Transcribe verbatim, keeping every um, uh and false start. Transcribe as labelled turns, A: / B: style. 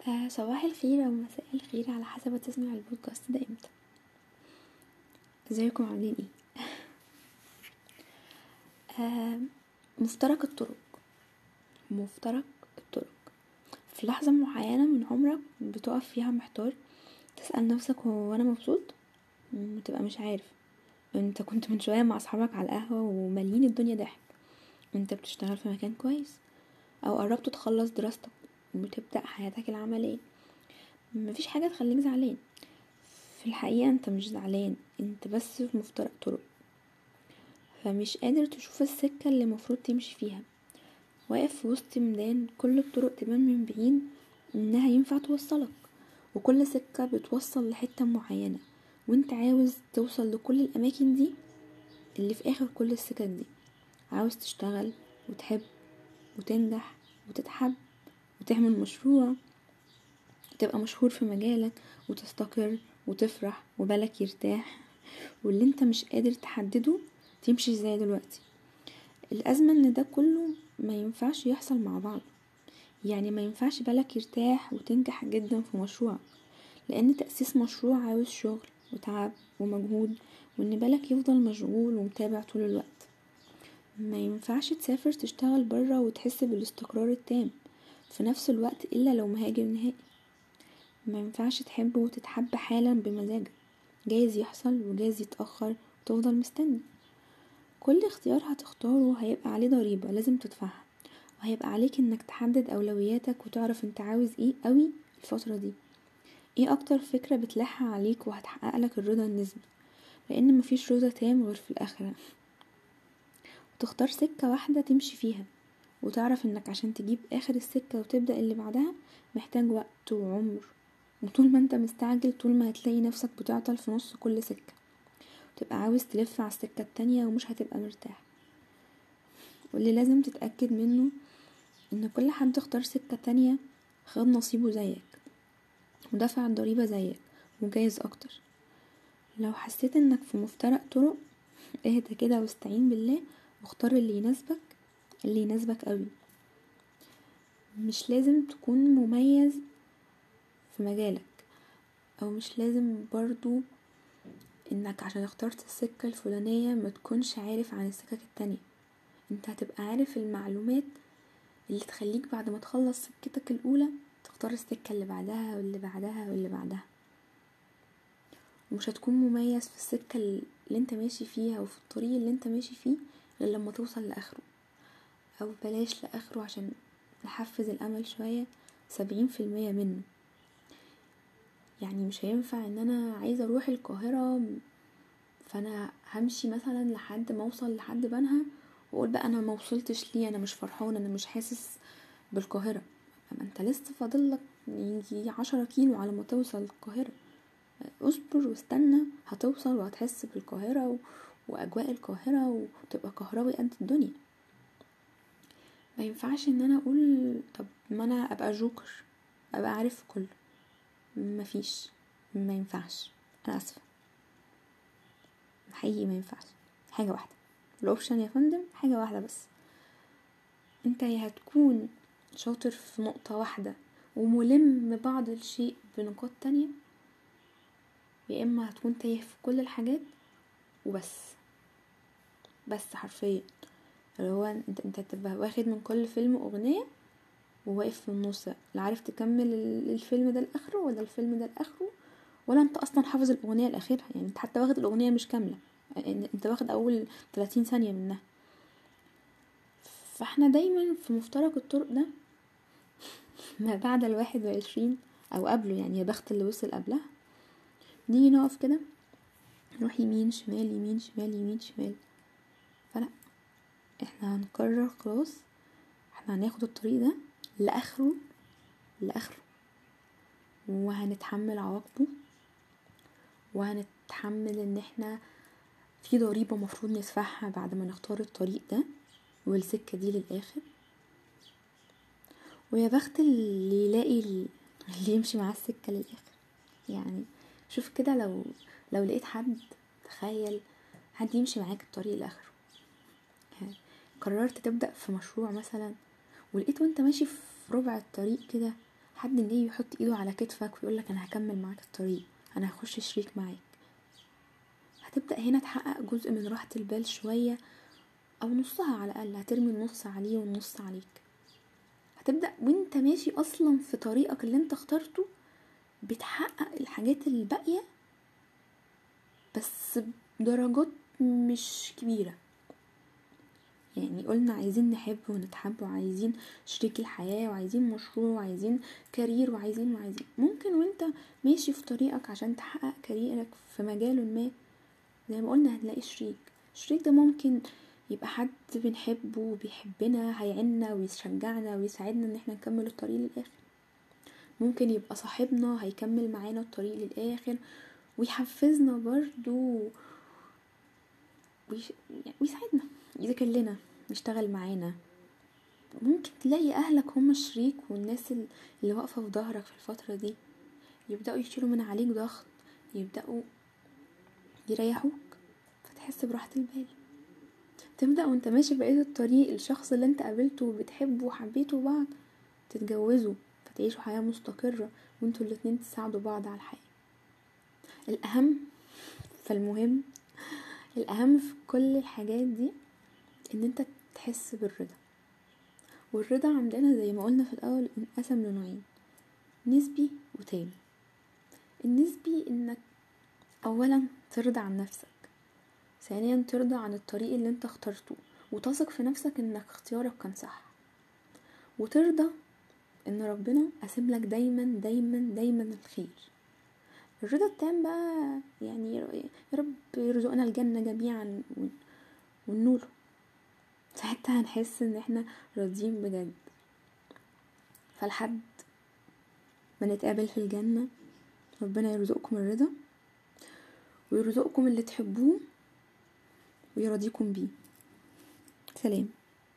A: آه صباح الخير او مساء الخير على حسب تسمع البودكاست ده امتى. ازيكم عاملين ايه؟ آه مفترق الطرق مفترق الطرق في لحظة معينة من عمرك بتقف فيها محتار، تسأل نفسك هو انا مبسوط؟ وتبقى مش عارف. انت كنت من شوية مع اصحابك على القهوة ومالين الدنيا ضحك، انت بتشتغل في مكان كويس او قربت تخلص دراستك وتبدأ حياتك العملية. مفيش حاجة تخليك زعلان، في الحقيقة انت مش زعلان، انت بس في مفترق طرق، فمش قادر تشوف السكة اللي مفروض تمشي فيها. واقف في وسط ميدان كل الطرق تبان من بعيد انها ينفع توصلك، وكل سكة بتوصل لحتة معينة، وانت عاوز توصل لكل الاماكن دي اللي في اخر كل السكك دي. عاوز تشتغل وتحب وتنجح وتتحب وتعمل مشروع وتبقى مشهور في مجالك وتستقر وتفرح وبالك يرتاح، واللي انت مش قادر تحدده تمشي ازاي دلوقتي. الأزمة ان ده كله ما ينفعش يحصل مع بعض، يعني ما ينفعش بالك يرتاح وتنجح جدا في مشروع، لان تأسيس مشروع عاوز شغل وتعب ومجهود، وان بالك يفضل مشغول ومتابع طول الوقت. ما ينفعش تسافر تشتغل برا وتحس بالاستقرار التام في نفس الوقت إلا لو مهاجر نهائي. ما ينفعش تحب وتتحب حالا بمزاجك، جايز يحصل وجايز يتأخر وتفضل مستني. كل اختيار هتختاره هيبقى عليه ضريبة لازم تدفعها، وهيبقى عليك انك تحدد اولوياتك وتعرف انت عاوز ايه قوي الفترة دي، ايه اكتر فكرة بتلح عليك وهتحقق لك الرضا النسبي، لان مفيش رضا تام غير في الاخرة. وتختار سكة واحدة تمشي فيها، وتعرف انك عشان تجيب اخر السكة وتبدأ اللي بعدها محتاج وقت وعمر، وطول ما انت مستعجل طول ما هتلاقي نفسك بتعطل في نص كل سكة، تبقى عاوز تلف على السكة التانية ومش هتبقى مرتاح. واللي لازم تتأكد منه ان كل حد اختار سكة تانية خد نصيبه زيك ودفع الضريبة زيك وجايز اكتر. لو حسيت انك في مفترق طرق اهدى كده واستعين بالله واختار اللي يناسبك، اللي يناسبك قوي. مش لازم تكون مميز في مجالك، او مش لازم برضو انك عشان اخترت السكة الفلانية ما تكونش عارف عن السكك التانية. انت هتبقى عارف المعلومات اللي تخليك بعد ما تخلص سكتك الاولى تختار السكة اللي بعدها واللي بعدها واللي بعدها. ومش هتكون مميز في السكة اللي انت ماشي فيها وفي الطريق اللي انت ماشي فيه غير لما توصل لاخره، او بلاش لاخره عشان نحفز الامل شوية، سبعين في المية منه. يعني مش هينفع ان انا عايزة اروح القاهرة فانا همشي مثلا لحد ما اوصل لحد بنها واقول بقى انا ما وصلتش ليه، انا مش فرحان، انا مش حاسس بالقاهرة. اما انت لسه فاضلك يجي عشرة كيلو على ما توصل القاهرة، اصبر واستنى هتوصل وهتحس بالقاهرة و... واجواء القاهرة وتبقى كهراوي قد الدنيا. ما ينفعش ان انا اقول طب ما انا ابقى جوكر ابقى عارف كله، مفيش، ما ينفعش، انا اسفة حقيقي ما ينفعش. حاجة واحدة الاوبشن يا فندم، حاجة واحدة بس. انت يا هتكون شاطر في نقطة واحدة وملم بعض الشيء بنقاط تانية، يا اما هتكون تايه في كل الحاجات وبس. بس حرفيا اللي هو انت انت تبقى واخد من كل فيلم اغنية وواقف في النص، لا عارف تكمل الفيلم ده لاخره ولا الفيلم ده لاخره، ولا انت اصلا حافظ الاغنية لاخرها. يعني انت حتى واخد الاغنية مش كاملة، انت واخد اول ثلاثين ثانية منها. فاحنا دايما في مفترق الطرق ده ما بعد الواحد وعشرين او قبله، يعني يا بخت اللي وصل قبلها. نيجي نقف كده نروح يمين شمال يمين شمال يمين شمال، فلا، احنا هنقرر خلاص احنا هناخد الطريق ده لاخره لاخره، وهنتحمل عواقبه، وهنتحمل ان احنا في ضريبة مفروض ندفعها بعد ما نختار الطريق ده والسكة دي للاخر. ويا بخت اللي يلاقي اللي يمشي معاه السكة للاخر. يعني شوف كده، لو لو لقيت حد، تخيل حد يمشي معاك الطريق لاخره. قررت تبدأ في مشروع مثلا ولقيت وانت ماشي في ربع الطريق كده حد جاي يحط ايده على كتفك ويقولك انا هكمل معاك الطريق، انا هخش شريك معاك. هتبدأ هنا تحقق جزء من راحة البال شوية او نصها على الاقل، هترمي النص عليه والنص عليك. هتبدأ وانت ماشي اصلا في طريقك اللي انت اخترته بتحقق الحاجات الباقية بس بدرجات مش كبيرة. يعني قلنا عايزين نحب ونتحب وعايزين شريك الحياة وعايزين مشروع وعايزين كارير وعايزين وعايزين ممكن وانت ماشي في طريقك عشان تحقق كاريرك في مجال ما، زي ما قلنا هتلاقي شريك. الشريك ده ممكن يبقى حد بنحبه وبيحبنا، هيعنا ويشجعنا ويساعدنا ان احنا نكمل الطريق للآخر. ممكن يبقى صاحبنا هيكمل معانا الطريق للآخر ويحفزنا برضو ويش... يعني ويساعدنا، يذاكر لنا، يشتغل معانا. ممكن تلاقي اهلك هم الشريك والناس اللي واقفة في ظهرك في الفترة دي، يبدأوا يشيلوا من عليك ضغط، يبدأوا يريحوك فتحس براحة البال. تبدأ وانت ماشي بقية الطريق الشخص اللي انت قابلته وبتحبه وحبيته بعض تتجوزوا فتعيشوا حياة مستقرة وانتوا الاتنين تساعدوا بعض على الحياة. الأهم فالمهم الأهم في كل الحاجات دي ان انت تحس بالرضا. والرضا عندنا زي ما قلنا في الأول انقسم لنوعين، نسبي وتام. النسبي انك اولا ترضى عن نفسك، ثانيا ترضى عن الطريق اللي انت اخترته وتثق في نفسك انك اختيارك كان صح، وترضى ان ربنا قاسم لك دايما دايما دايما الخير. الرضا التام بقى يعني يا رب يرزقنا الجنة جميعا ونوله، ساعتها هنحس ان احنا راضيين بجد. فالحد ما نتقابل في الجنة ربنا يرزقكم الرضا ويرزقكم اللي تحبوه ويرضيكم بيه. سلام.